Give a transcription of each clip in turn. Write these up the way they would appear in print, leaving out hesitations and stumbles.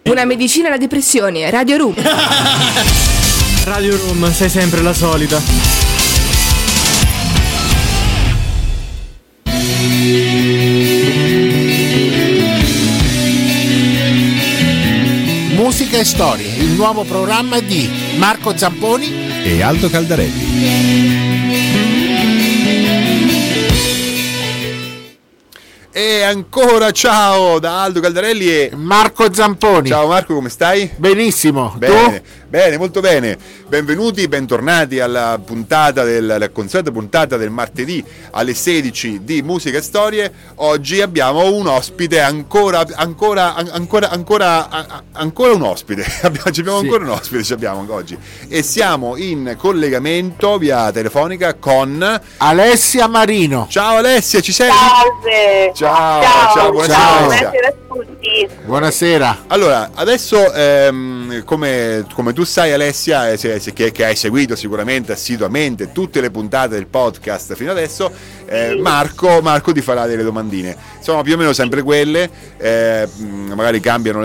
Una medicina alla depressione, Radio Room. Radio Room, sei sempre la solita. Musica e storie, il nuovo programma di Marco Zamponi e Aldo Caldarelli. E ancora ciao da Aldo Caldarelli e Marco Zamponi. Ciao Marco, come stai? Benissimo. Bene, tu? Bene, molto bene. Benvenuti, bentornati alla puntata la consueta puntata del martedì alle 16 di Musica e Storie. Oggi abbiamo un ospite ancora un ospite. Abbiamo ancora un ospite oggi. E siamo in collegamento via telefonica con Alessia Marino. Ciao Alessia, ci sei? Salve. Ciao, buonasera. Buonasera a tutti. Buonasera. Allora, adesso come tu sai Alessia, che hai seguito sicuramente assiduamente tutte le puntate del podcast fino adesso, Marco ti farà delle domandine. Sono più o meno sempre quelle, magari cambiano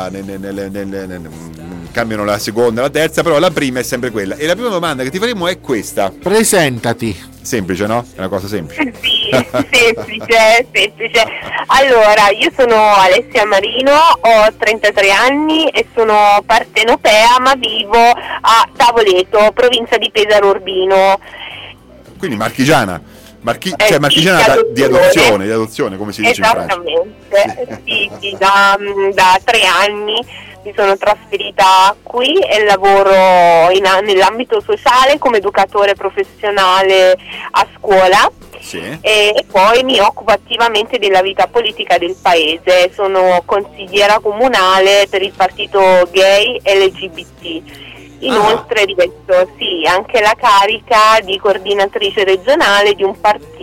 cambiano la seconda, la terza, però la prima è sempre quella. E la prima domanda che ti faremo è questa. Presentati. Semplice, no? È una cosa semplice. Sì, semplice. Allora, io sono Alessia Marino, ho 33 anni e sono partenopea, ma vivo a Tavoleto, provincia di Pesaro Urbino. Quindi marchigiana. Sì, marchigiana di adozione, come si dice in Francia. Esattamente, sì, da 3 anni mi sono trasferita qui e lavoro nell'ambito sociale come educatore professionale a scuola. Sì. E poi mi occupo attivamente della vita politica del paese, sono consigliera comunale per il partito gay LGBT. Inoltre rivesto anche la carica di coordinatrice regionale di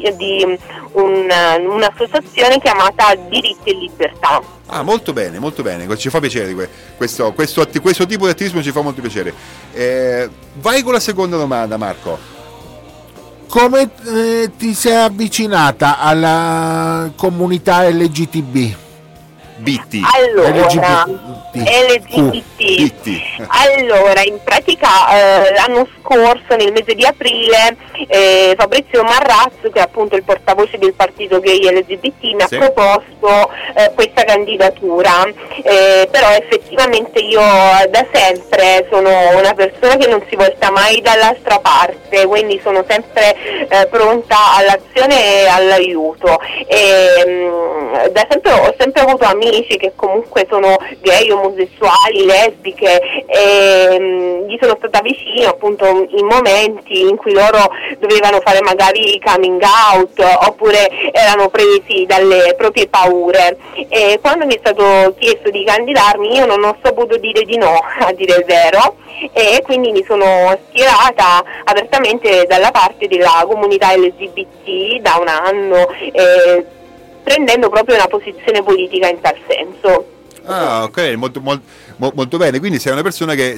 un'associazione chiamata Diritti e Libertà. Ah, molto bene, ci fa piacere questo tipo di attivismo, ci fa molto piacere. Vai con la seconda domanda, Marco. Come ti sei avvicinata alla comunità LGTB? Allora, LGBT. Allora, in pratica l'anno scorso, nel mese di aprile, Fabrizio Marrazzo, che è appunto il portavoce del partito gay LGBT, mi ha proposto questa candidatura, però effettivamente io da sempre sono una persona che non si volta mai dall'altra parte, quindi sono sempre pronta all'azione e all'aiuto. Ho sempre avuto amici che comunque sono gay, omosessuali, lesbiche, e gli sono stata vicino appunto in momenti in cui loro dovevano fare magari coming out oppure erano presi dalle proprie paure, e quando mi è stato chiesto di candidarmi io non ho saputo dire di no, a dire il vero, e quindi mi sono schierata apertamente dalla parte della comunità LGBT da un anno, prendendo proprio una posizione politica in tal senso. Ah, ok, molto bene. Quindi sei una persona che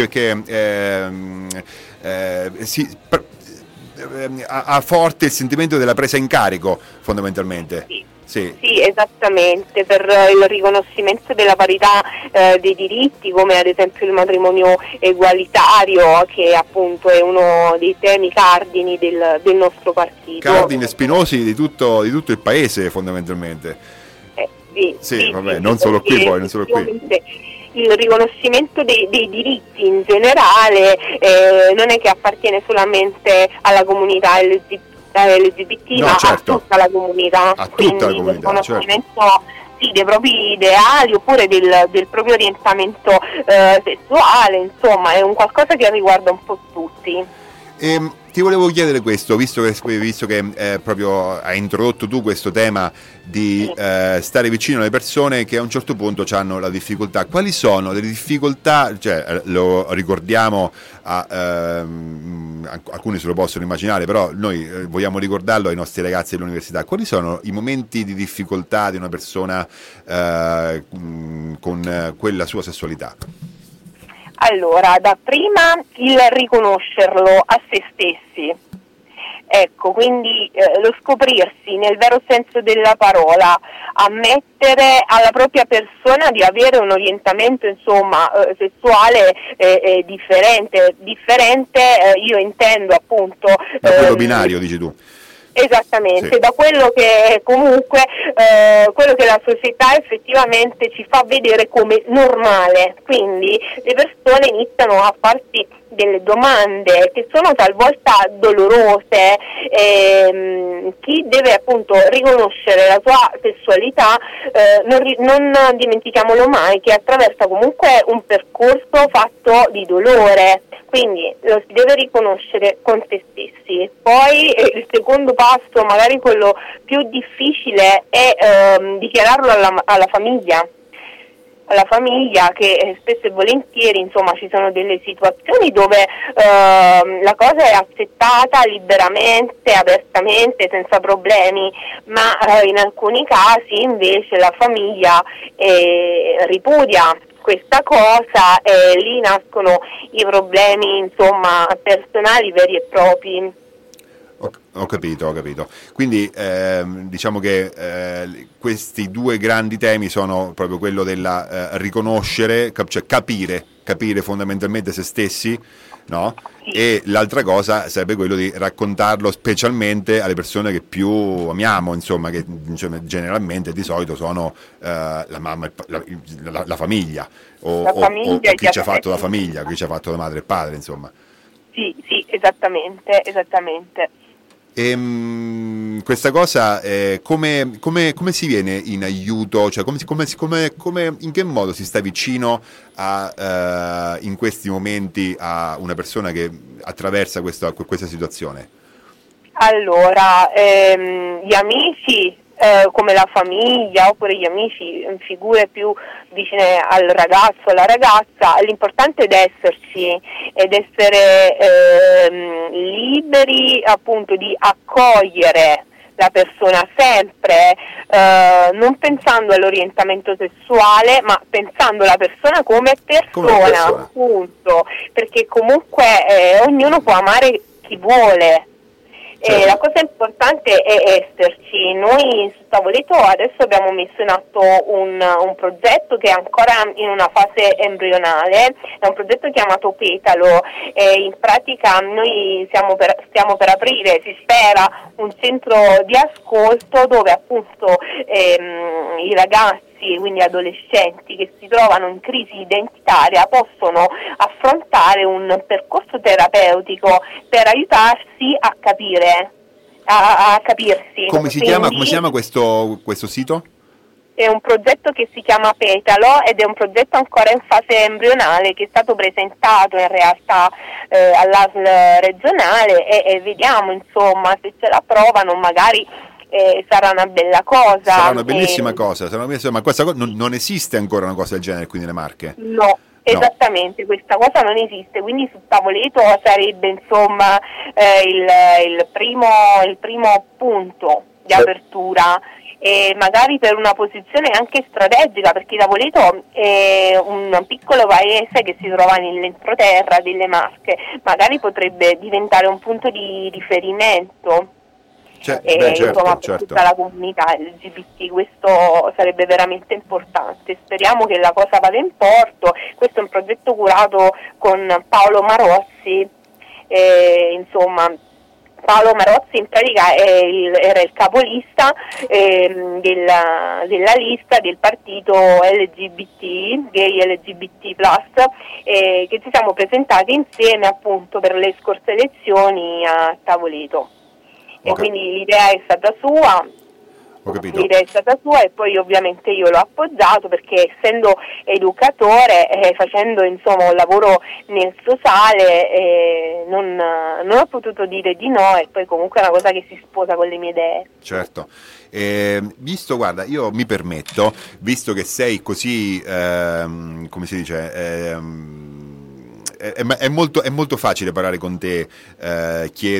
ha forte il sentimento della presa in carico, fondamentalmente. Sì, esattamente, per il riconoscimento della parità dei diritti, come ad esempio il matrimonio egualitario, che appunto è uno dei temi cardini del nostro partito. Cardini e spinosi di tutto il paese, fondamentalmente. Non solo qui. Il riconoscimento dei diritti in generale non è che appartiene solamente alla comunità LGBT, ma a tutta la comunità. Quindi il riconoscimento dei propri ideali oppure del proprio orientamento sessuale, insomma, è un qualcosa che riguarda un po' tutti. Ti volevo chiedere questo, visto che proprio hai introdotto tu questo tema di stare vicino alle persone che a un certo punto hanno la difficoltà. Quali sono le difficoltà? Cioè, lo ricordiamo, alcuni se lo possono immaginare, però noi vogliamo ricordarlo ai nostri ragazzi dell'università. Quali sono i momenti di difficoltà di una persona con quella sua sessualità? Allora, dapprima il riconoscerlo a se stessi, Ecco, quindi lo scoprirsi nel vero senso della parola, ammettere alla propria persona di avere un orientamento sessuale differente, io intendo appunto da quello binario, dici tu. Esattamente, sì. Da quello che comunque quello che la società effettivamente ci fa vedere come normale, quindi le persone iniziano a farsi delle domande che sono talvolta dolorose. Chi deve appunto riconoscere la sua sessualità, non dimentichiamolo mai che attraversa comunque un percorso fatto di dolore, quindi lo si deve riconoscere con se stessi. Poi il secondo passo, magari quello più difficile, è dichiararlo alla famiglia che spesso e volentieri, insomma, ci sono delle situazioni dove la cosa è accettata liberamente, apertamente, senza problemi, ma in alcuni casi invece la famiglia ripudia questa cosa e lì nascono i problemi, insomma, personali veri e propri. Ho capito. Quindi diciamo che questi due grandi temi sono proprio quello della riconoscere, cioè capire fondamentalmente se stessi, no? Sì. E l'altra cosa sarebbe quello di raccontarlo specialmente alle persone che più amiamo, insomma, che generalmente di solito sono la mamma, la famiglia, o chi ci ha fatto la famiglia, chi ci ha fatto la madre e il padre, insomma. Sì, esattamente. Questa cosa come si viene in aiuto, cioè in che modo si sta vicino in questi momenti a una persona che attraversa questa situazione? Allora, gli amici, come la famiglia, oppure gli amici, figure più vicine al ragazzo, alla ragazza, l'importante è esserci ed essere liberi appunto di accogliere la persona sempre, non pensando all'orientamento sessuale, ma pensando alla persona come persona. Appunto, perché comunque ognuno può amare chi vuole. Certo. La cosa importante è esserci. Noi su Tavoleto adesso abbiamo messo in atto un progetto che è ancora in una fase embrionale, è un progetto chiamato Petalo, in pratica noi stiamo per aprire, si spera, un centro di ascolto dove appunto i ragazzi, quindi adolescenti che si trovano in crisi identitaria, possono affrontare un percorso terapeutico per aiutarsi a capire, a capirsi. Come si chiama questo sito? È un progetto che si chiama Petalo ed è un progetto ancora in fase embrionale che è stato presentato in realtà all'ASL regionale e vediamo insomma se ce la approvano, magari sarà una bella cosa. Sarà una bellissima cosa, ma questa cosa non esiste ancora una cosa del genere qui nelle Marche? No. Esattamente, questa cosa non esiste, quindi su Tavoleto sarebbe insomma il primo punto di apertura, e magari per una posizione anche strategica, perché Tavoleto è un piccolo paese che si trova nell'entroterra delle Marche, magari potrebbe diventare un punto di riferimento. Insomma, per tutta la comunità LGBT, questo sarebbe veramente importante. Speriamo che la cosa vada in porto. Questo è un progetto curato con Paolo Marozzi, insomma Paolo Marozzi in pratica era il capolista della lista del partito LGBT, gay LGBT+, che ci siamo presentati insieme appunto per le scorse elezioni a Tavoleto. E quindi l'idea è stata sua. Ho capito. L'idea è stata sua e poi ovviamente io l'ho appoggiato perché essendo educatore, facendo insomma un lavoro nel sociale, non ho potuto dire di no, e poi comunque è una cosa che si sposa con le mie idee. Certo. Guarda, io mi permetto, visto che sei così, come si dice, è molto facile parlare con te,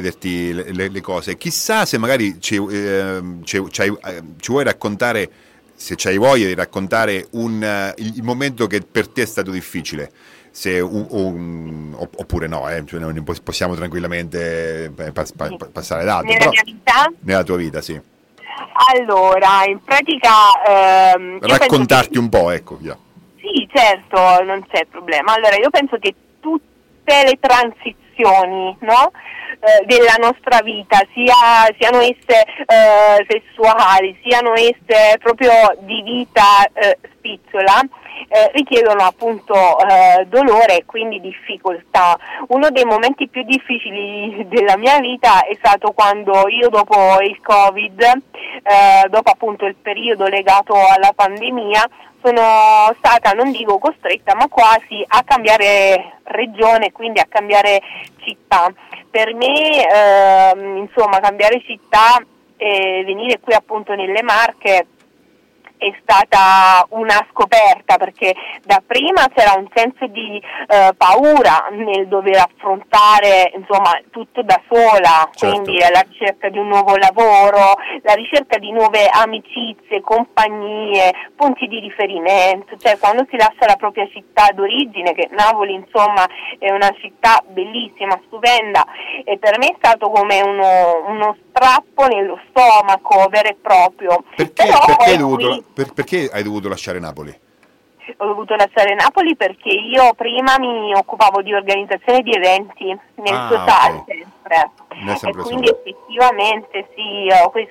chiederti le cose. Chissà se magari ci vuoi raccontare se c'hai voglia di raccontare il momento che per te è stato difficile, se oppure no, cioè noi possiamo tranquillamente passare ad altro. Nella mia vita? Nella tua vita, sì. Allora, in pratica... raccontarti un po', ecco, via. Sì, certo, non c'è problema. Allora, io penso che tutte le transizioni, no? Della nostra vita, siano esse sessuali, siano esse proprio di vita spicciola, richiedono appunto dolore e quindi difficoltà. Uno dei momenti più difficili della mia vita è stato quando io, dopo il Covid, dopo appunto il periodo legato alla pandemia, sono stata, non dico costretta, ma quasi a cambiare regione, quindi a cambiare città. Per me, insomma, cambiare città e venire qui appunto nelle Marche è stata una scoperta, perché dapprima c'era un senso di paura nel dover affrontare, insomma, tutto da sola, certo. Quindi la ricerca di un nuovo lavoro, la ricerca di nuove amicizie, compagnie, punti di riferimento, cioè quando si lascia la propria città d'origine, che Napoli insomma è una città bellissima, stupenda, e per me è stato come uno strappo nello stomaco vero e proprio. Perché hai dovuto lasciare Napoli? Ho dovuto lasciare Napoli perché io prima mi occupavo di organizzazione di eventi nel sociale, sempre. E quindi effettivamente sì,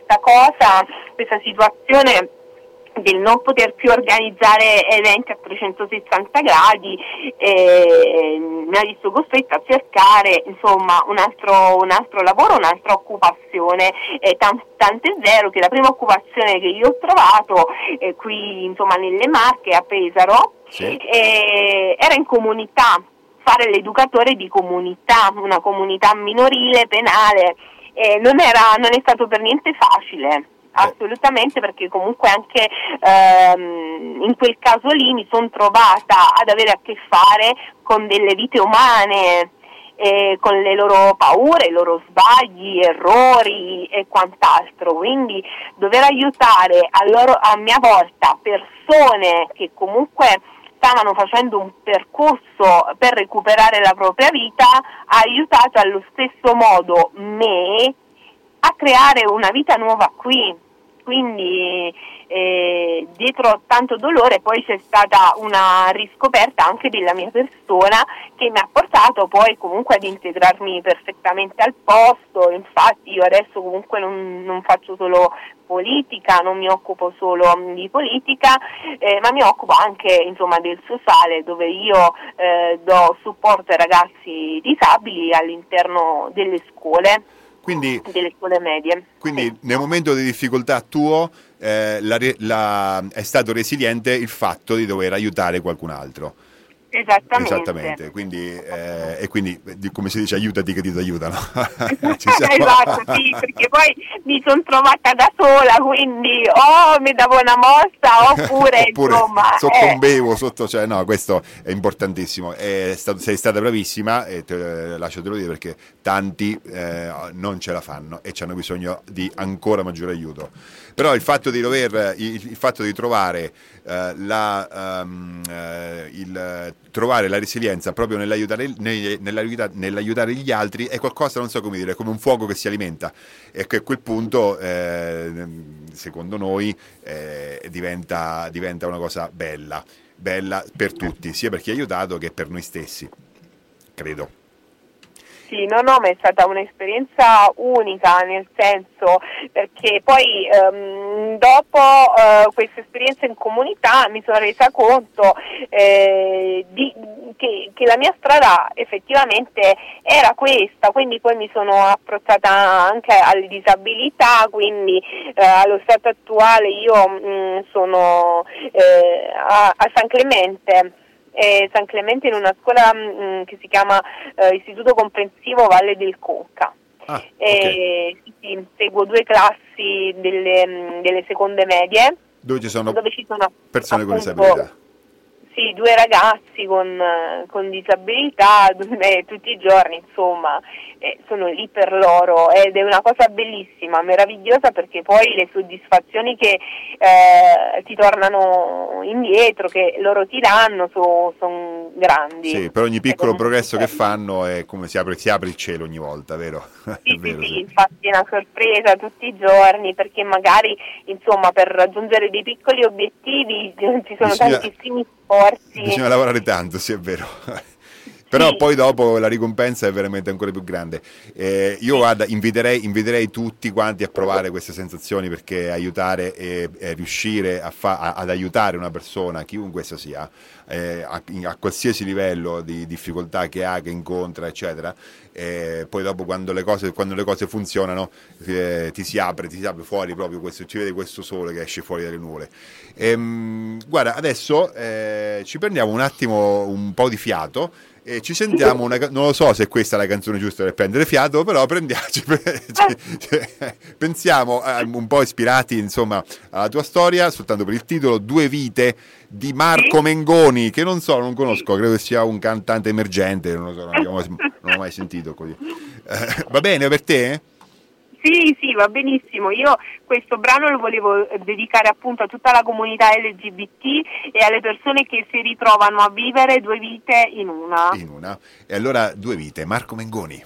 questa situazione del non poter più organizzare eventi a 360 gradi mi ha visto costretta a cercare insomma un altro lavoro, un'altra occupazione, tant'è vero che la prima occupazione che io ho trovato qui insomma nelle Marche, a Pesaro, sì, era in comunità, fare l'educatore di comunità, una comunità minorile, penale, non è stato per niente facile. Assolutamente, perché comunque anche in quel caso lì mi sono trovata ad avere a che fare con delle vite umane, con le loro paure, i loro sbagli, errori e quant'altro, quindi dover aiutare a mia volta persone che comunque stavano facendo un percorso per recuperare la propria vita ha aiutato allo stesso modo me a creare una vita nuova qui. Quindi dietro tanto dolore poi c'è stata una riscoperta anche della mia persona, che mi ha portato poi comunque ad integrarmi perfettamente al posto. Infatti io adesso comunque non faccio solo politica, non mi occupo solo di politica, ma mi occupo anche insomma del sociale, dove io do supporto ai ragazzi disabili all'interno delle scuole. Delle scuole medie. Quindi sì. Nel momento di difficoltà tuo è stato resiliente il fatto di dover aiutare qualcun altro. Esattamente. Quindi come si dice, aiutati che ti aiutano. Esatto, sì, perché poi mi sono trovata da sola, quindi mi davo una mossa oppure insomma soccombevo sotto, cioè no, questo è importantissimo. Sei stata bravissima e lasciatelo dire, perché tanti non ce la fanno e hanno bisogno di ancora maggiore aiuto. Però il fatto di trovare trovare la resilienza proprio nell'aiutare gli altri è qualcosa, non so come dire, è come un fuoco che si alimenta, e che a quel punto secondo noi diventa una cosa bella per tutti, sia per chi ha aiutato che per noi stessi, credo. Sì, no, ma è stata un'esperienza unica, nel senso, perché poi dopo questa esperienza in comunità mi sono resa conto che la mia strada effettivamente era questa, quindi poi mi sono approcciata anche alle disabilità, quindi allo stato attuale io sono a San Clemente in una scuola che si chiama Istituto Comprensivo Valle del Conca. Okay. Sì, seguo 2 classi delle seconde medie dove ci sono persone con disabilità. Sì, 2 ragazzi con disabilità tutti i giorni, insomma, sono lì per loro ed è una cosa bellissima, meravigliosa, perché poi le soddisfazioni che ti tornano indietro, che loro ti danno, sono grandi. Sì, per ogni piccolo progresso che fanno è come si apre il cielo ogni volta, vero? Sì, vero, sì, infatti è una sorpresa tutti i giorni, perché magari, insomma, per raggiungere dei piccoli obiettivi ci sono tantissimi sforzi. Bisogna lavorare tanto, sì, è vero. Però poi dopo la ricompensa è veramente ancora più grande. Io guarda, inviterei tutti quanti a provare queste sensazioni, perché aiutare e riuscire ad aiutare una persona, chiunque essa sia, a qualsiasi livello di difficoltà che ha, che incontra, eccetera, poi dopo quando le cose funzionano, ti si apre fuori proprio ci vede questo sole che esce fuori dalle nuvole. Guarda, adesso ci prendiamo un attimo un po' di fiato e ci sentiamo non lo so se questa è la canzone giusta per prendere fiato, però pensiamo un po' ispirati, insomma, alla tua storia, soltanto per il titolo, 2 vite di Marco Mengoni, che non conosco, credo che sia un cantante emergente, non lo so, non l'ho mai sentito così. Va bene per te? Sì, va benissimo. Io questo brano lo volevo dedicare appunto a tutta la comunità LGBT e alle persone che si ritrovano a vivere 2 vite in una. E allora 2 vite, Marco Mengoni.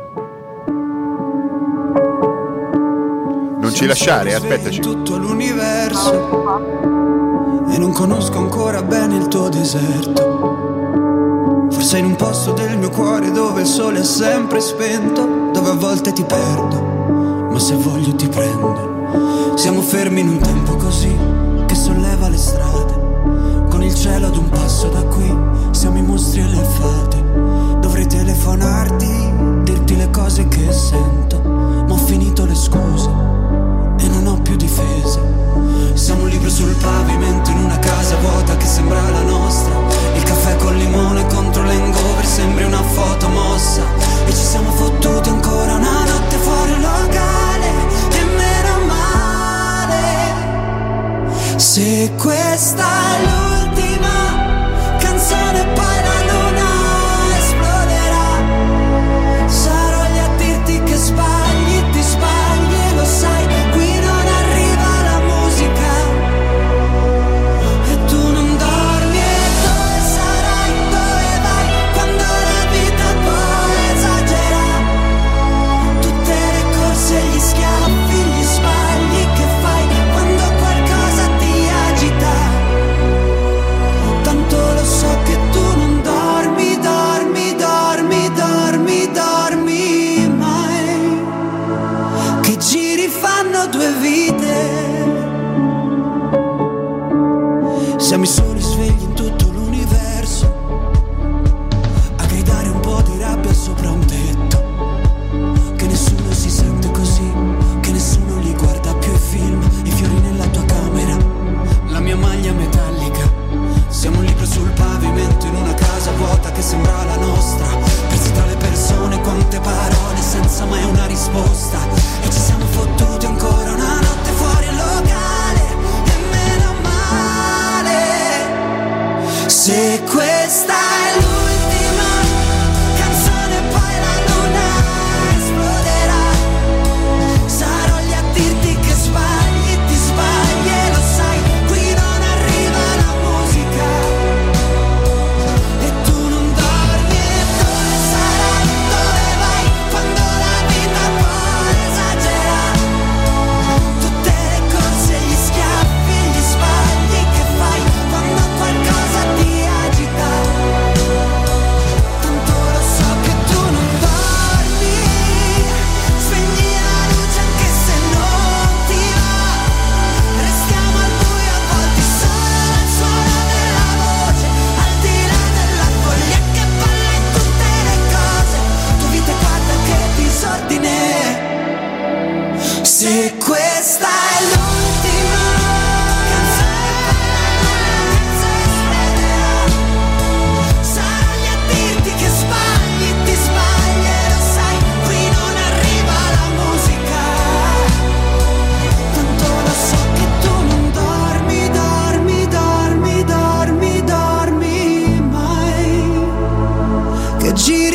Non ci lasciare, aspettaci. Tutto l'universo e non conosco ancora bene il tuo deserto. Forse in un posto del mio cuore dove il sole è sempre spento, dove a volte ti perdo, ma se voglio ti prendo. Siamo fermi in un tempo così che solleva le strade, con il cielo ad un passo da qui, siamo i mostri e le fate. Dovrei telefonarti, dirti le cose che sento, ma ho finito le scuse e non ho più difese. Siamo un libro sul pavimento in una casa vuota che sembra la nostra. Il caffè col limone contro l'hangover sembri una foto mossa. E ci siamo fottuti ancora una notte fuori il locale, e meno male. Se questa è l'ultima canzone poi la luna esploderà. Sarò lì a dirti che sbagli, ti sbagli e lo sai. Qui non arriva la musica e tu non dormi. E dove sarai, dove vai, quando la vita poi esagera? Tutte le corse, gli schiaffi, gli sbagli che fai quando qualcosa ti agita. Tanto lo so che tu non dormi, dormi, dormi, dormi, dormi mai. Che giri fanno 2 vite. Siamo i soli svegli in tutto l'universo, a gridare un po' di rabbia sopra un tetto. Che nessuno si sente così, che nessuno li guarda più i film, i fiori nella tua camera, la mia maglia metallica. Siamo un libro sul pavimento in una casa vuota che sembra la nostra, persi tra le persone, quante parole senza mai una risposta. E ci siamo fottuti ancora una notte fuori al locale, e meno male. Se questa è l'ultima canzone poi la luna esploderà. Sarò lì a dirti che sbagli, ti sbagli e lo sai. Qui non arriva la musica e tu non dormi. E dove sarai, dove vai, quando la vita poi esagera? Tutte le corse, gli schiaffi, gli sbagli che fai quando qualcosa ti agita.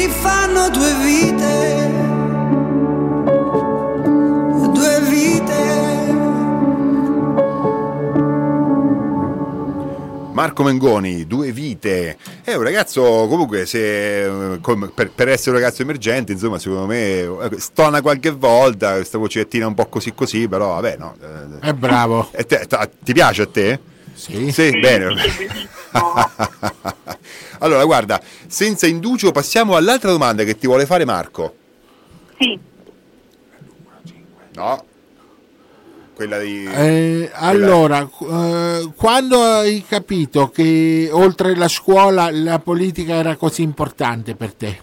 si fanno due vite, due vite. Marco Mengoni, Due vite. È un ragazzo comunque, per essere un ragazzo emergente, insomma, secondo me stona qualche volta, questa vocettina un po' così, però vabbè, no. È bravo. Ti piace a te? Sì. Sì, bene. Allora, guarda, senza indugio passiamo all'altra domanda che ti vuole fare Marco. Sì. No. Quella di... Allora, quando hai capito che oltre la scuola la politica era così importante per te?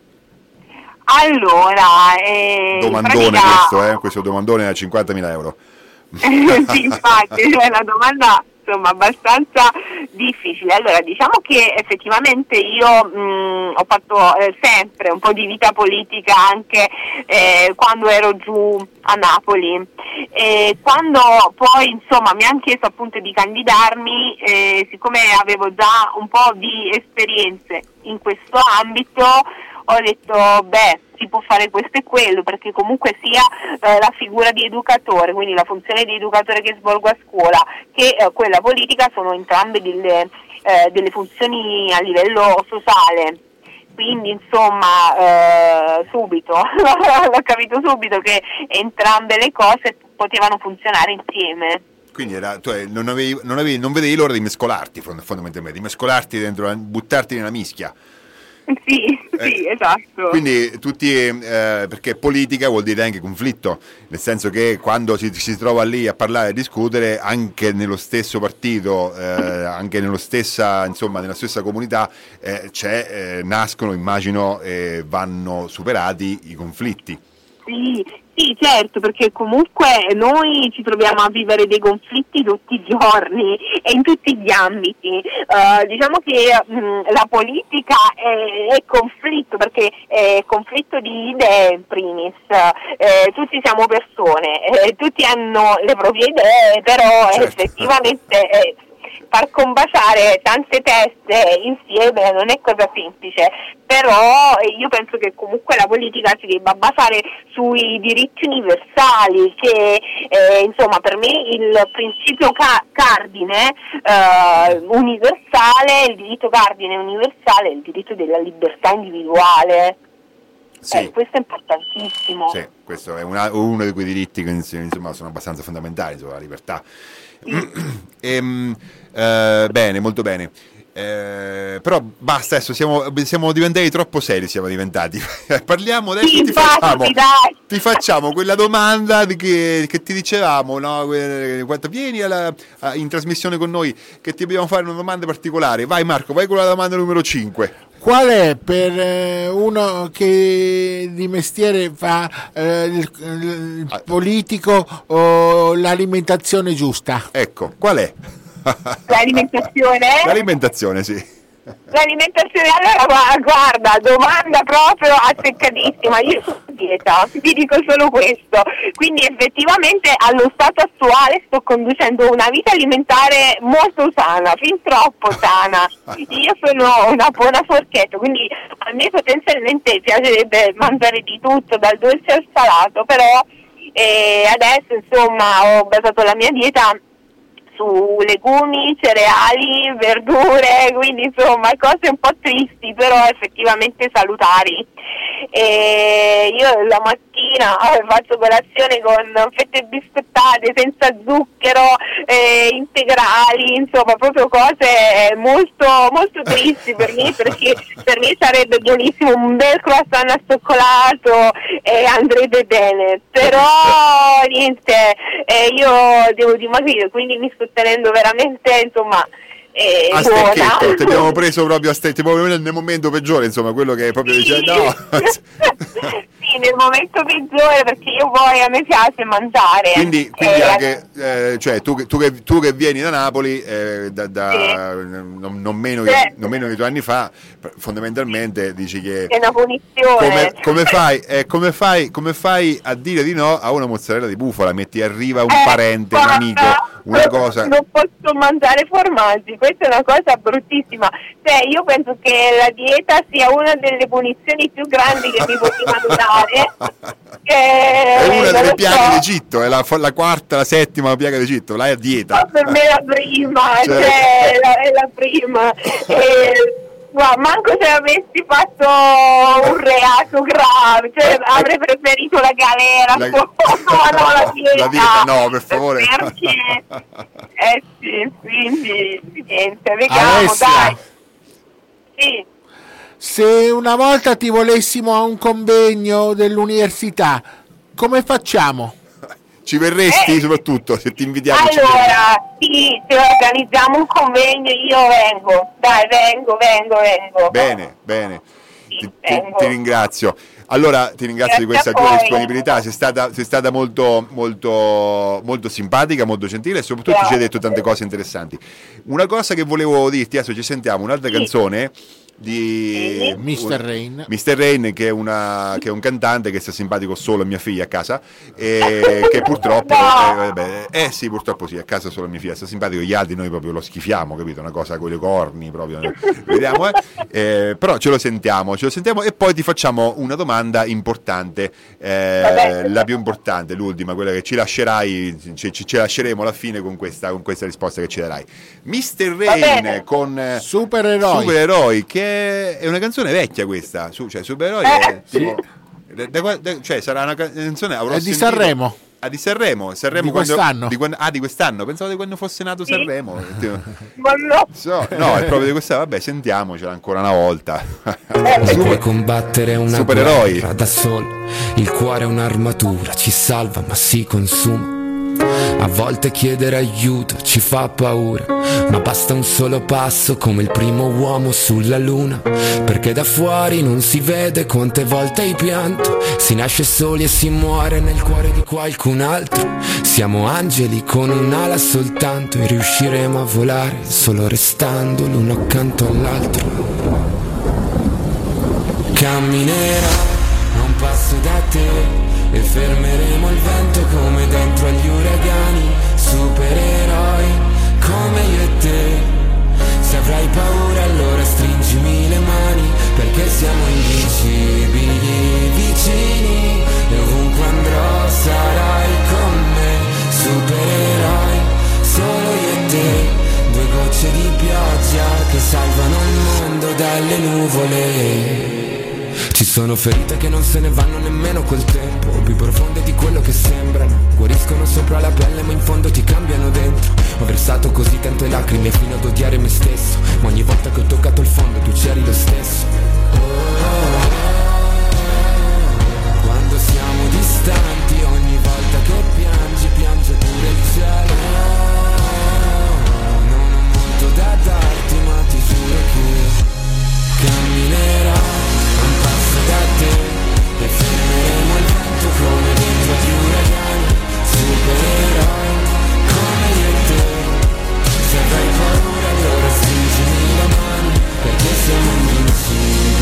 Allora, domandone questo domandone da 50.000 euro. sì, infatti, è una domanda insomma abbastanza difficile. Allora, diciamo che effettivamente io ho fatto sempre un po' di vita politica anche quando ero giù a Napoli, e quando poi insomma mi hanno chiesto appunto di candidarmi, siccome avevo già un po' di esperienze in questo ambito, ho detto si può fare questo e quello, perché comunque sia la figura di educatore, quindi la funzione di educatore che svolgo a scuola, che quella politica sono entrambe delle funzioni a livello sociale. Quindi insomma subito l'ho capito subito che entrambe le cose potevano funzionare insieme. Quindi non vedevi l'ora di mescolarti, fondamentalmente, di mescolarti dentro, buttarti nella mischia. Sì, esatto. Quindi perché politica vuol dire anche conflitto, nel senso che quando si trova lì a parlare e a discutere, anche nello stesso partito, anche nella stessa comunità, nascono, immagino, vanno superati i conflitti. Sì, certo, perché comunque noi ci troviamo a vivere dei conflitti tutti i giorni e in tutti gli ambiti. Diciamo che la politica è conflitto, perché è conflitto di idee in primis. Tutti siamo persone, tutti hanno le proprie idee, però certo. Effettivamente far combaciare tante teste insieme non è cosa semplice, però io penso che comunque la politica si debba basare sui diritti universali, che insomma per me il principio cardine universale, il diritto cardine universale è il diritto della libertà individuale. Sì. Questo è importantissimo. Sì, questo è uno di quei diritti che insomma sono abbastanza fondamentali, insomma, la libertà. Bene, molto bene. Però basta, adesso siamo diventati troppo seri, siamo diventati. Parliamo adesso, sì, ti facciamo quella domanda che ti dicevamo, no? Quando vieni in trasmissione con noi, che ti dobbiamo fare una domanda particolare. Vai Marco, vai con la domanda numero 5. Qual è, per uno che di mestiere fa il politico, l'alimentazione giusta? Ecco, qual è? L'alimentazione? L'alimentazione, sì. L'alimentazione, allora guarda, domanda proprio azzeccatissima. Io sono dieta, ti dico solo questo. Quindi effettivamente allo stato attuale sto conducendo una vita alimentare molto sana, fin troppo sana. Io sono una buona forchetta, quindi a me potenzialmente piacerebbe mangiare di tutto, dal dolce al salato, però adesso insomma ho basato la mia dieta su legumi, cereali, verdure, quindi insomma cose un po' tristi però effettivamente salutari. Io la mattina faccio colazione con fette biscottate senza zucchero, integrali, insomma proprio cose molto molto tristi per me, perché per me sarebbe buonissimo un bel croissant al cioccolato e andrebbe bene, però niente, io devo dimagrire, quindi mi sto tenendo veramente insomma a stecchetto, ti abbiamo preso proprio a stecchetto, nel momento peggiore, insomma, quello che è proprio sì. no. Sì, nel momento peggiore, perché io poi a me piace mangiare. Quindi anche cioè tu che vieni da Napoli sì. non meno di 2 anni fa, fondamentalmente dici che è una punizione. Come fai a dire di no a una mozzarella di bufala? Arriva un parente, un amico, una cosa. Non posso mangiare formaggi, questa è una cosa bruttissima. Cioè, io penso che la dieta sia una delle punizioni più grandi che mi potevano dare. È una delle piaghe d'Egitto, è la quarta, la settima piaga d'Egitto, la dieta. Per me è la prima, Certo. cioè, è la prima. Manco se avessi fatto un reato grave, cioè avrei preferito la galera, ma no, la dieta. La dieta no, per favore. Perché? Sì, quindi niente, vediamo, Alessia, dai. Sì. se una volta ti volessimo a un convegno dell'università, come facciamo? Ci verresti soprattutto se ti invitiamo? Allora, sì, se organizziamo un convegno io vengo, dai, vengo. Bene, Sì, ti ringrazio. Allora ti ringrazio di questa Grazie tua a voi. disponibilità, sei stata molto, molto, molto simpatica, molto gentile e soprattutto ci hai detto tante cose interessanti. Una cosa che volevo dirti, adesso ci sentiamo un'altra canzone di Mr. Rain. Mr. Rain, che è un cantante che sta simpatico solo a mia figlia a casa e che purtroppo sì, purtroppo sì, a casa solo a mia figlia sta simpatico, gli altri noi proprio lo schifiamo, capito? Una cosa con le corni proprio. Vediamo, però ce lo sentiamo e poi ti facciamo una domanda importante, la più importante, l'ultima, quella che ci lascerai, ci lasceremo alla fine con questa risposta che ci darai. Mr. Rain con Supereroi, che è una canzone vecchia questa, cioè Supereroi è tipo, cioè sarà una canzone È di Sanremo. Di Sanremo Di quest'anno. Di quest'anno, pensavo di quando fosse nato Sanremo. Ma no. No, è proprio di quest'anno. Vabbè, sentiamocela ancora una volta. E puoi combattere una Supereroi. guerra da solo. Il cuore è un'armatura, ci salva ma si consuma. A volte chiedere aiuto ci fa paura, ma basta un solo passo come il primo uomo sulla luna. Perché da fuori non si vede quante volte hai pianto. Si nasce soli e si muore nel cuore di qualcun altro. Siamo angeli con un'ala soltanto e riusciremo a volare solo restando l'uno accanto all'altro. Camminerò a un passo da te e fermeremo il vento come dentro agli uragani. Supereroi come io e te. Se avrai paura allora stringimi le mani, perché siamo invincibili, vicini, e ovunque andrò sarai con me. Supereroi, solo io e te, due gocce di pioggia che salvano il mondo dalle nuvole. Ci sono ferite che non se ne vanno nemmeno col tempo, più profonde di quello che sembrano. Guariscono sopra la pelle ma in fondo ti cambiano dentro. Ho versato così tante lacrime fino ad odiare me stesso, ma ogni volta che ho toccato il fondo tu c'eri lo stesso. Quando siamo distanti, ogni volta che piangi, piange pure il cielo. Non ho molto da darti ma ti giuro che camminerò da te e fermeremo il vento come dentro agli uragani. Supereroi come io e te. Se avrai paura allora stringimi la mano, perché siamo invincibili.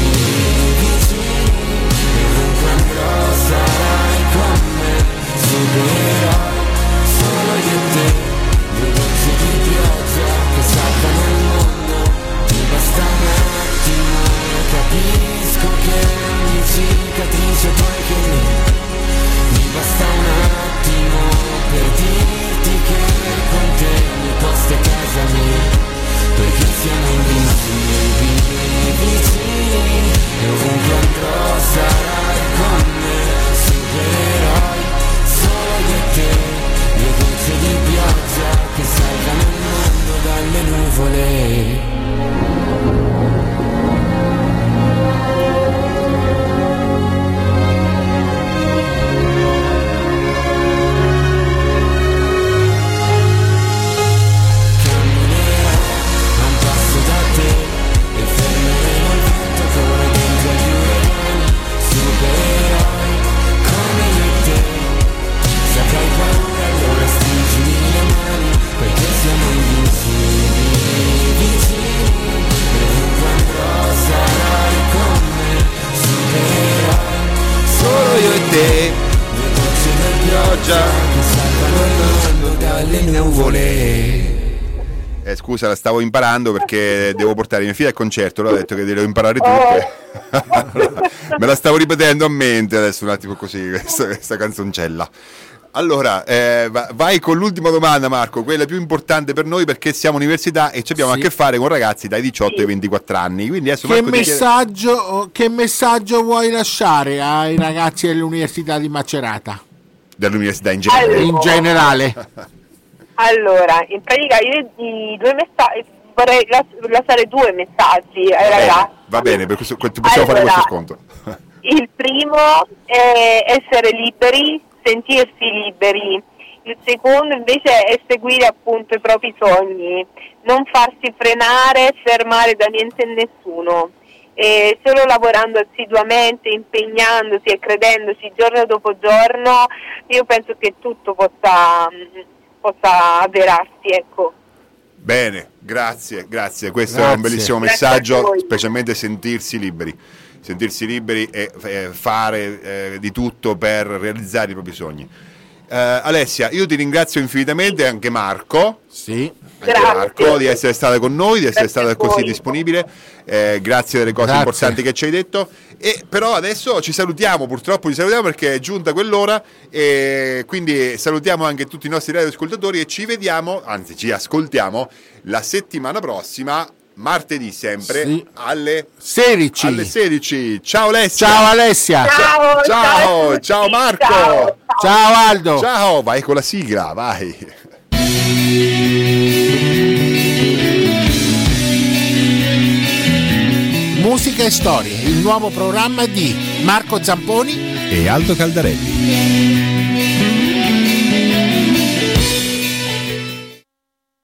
Scusa, la stavo imparando perché devo portare mia figlia al concerto. L'ho detto che devo imparare tutto. Allora, me la stavo ripetendo a mente adesso un attimo così, questa canzoncella. Allora, vai con l'ultima domanda, Marco, quella più importante per noi perché siamo università e ci abbiamo a che fare con ragazzi dai 18 ai 24 anni. Quindi adesso che messaggio vuoi lasciare ai ragazzi dell'Università di Macerata? Dell'università in generale. In generale. Allora, in pratica io i due messaggi vorrei lasciare due messaggi ai ragazzi. Va bene, per questo possiamo fare questo sconto. Il primo è essere liberi, sentirsi liberi. Il secondo invece è seguire appunto i propri sogni, non farsi frenare, fermare da niente e nessuno. E solo lavorando assiduamente, impegnandosi e credendoci giorno dopo giorno, io penso che tutto possa avverarsi, ecco. Bene, grazie. Questo è un bellissimo messaggio, specialmente sentirsi liberi e fare di tutto per realizzare i propri sogni. Alessia, io ti ringrazio infinitamente, anche Marco. Sì. Marco, di essere stata con noi, di essere stata così disponibile. Grazie delle cose importanti che ci hai detto. E però adesso purtroppo ci salutiamo perché è giunta quell'ora, e quindi salutiamo anche tutti i nostri radioascoltatori e ci ascoltiamo la settimana prossima, martedì sempre, alle 16. Ciao Alessia. Ciao Alessia. Ciao Marco. Ciao Aldo. Ciao, vai con la sigla, vai. Musica e storie, il nuovo programma di Marco Zamponi e Aldo Caldarelli.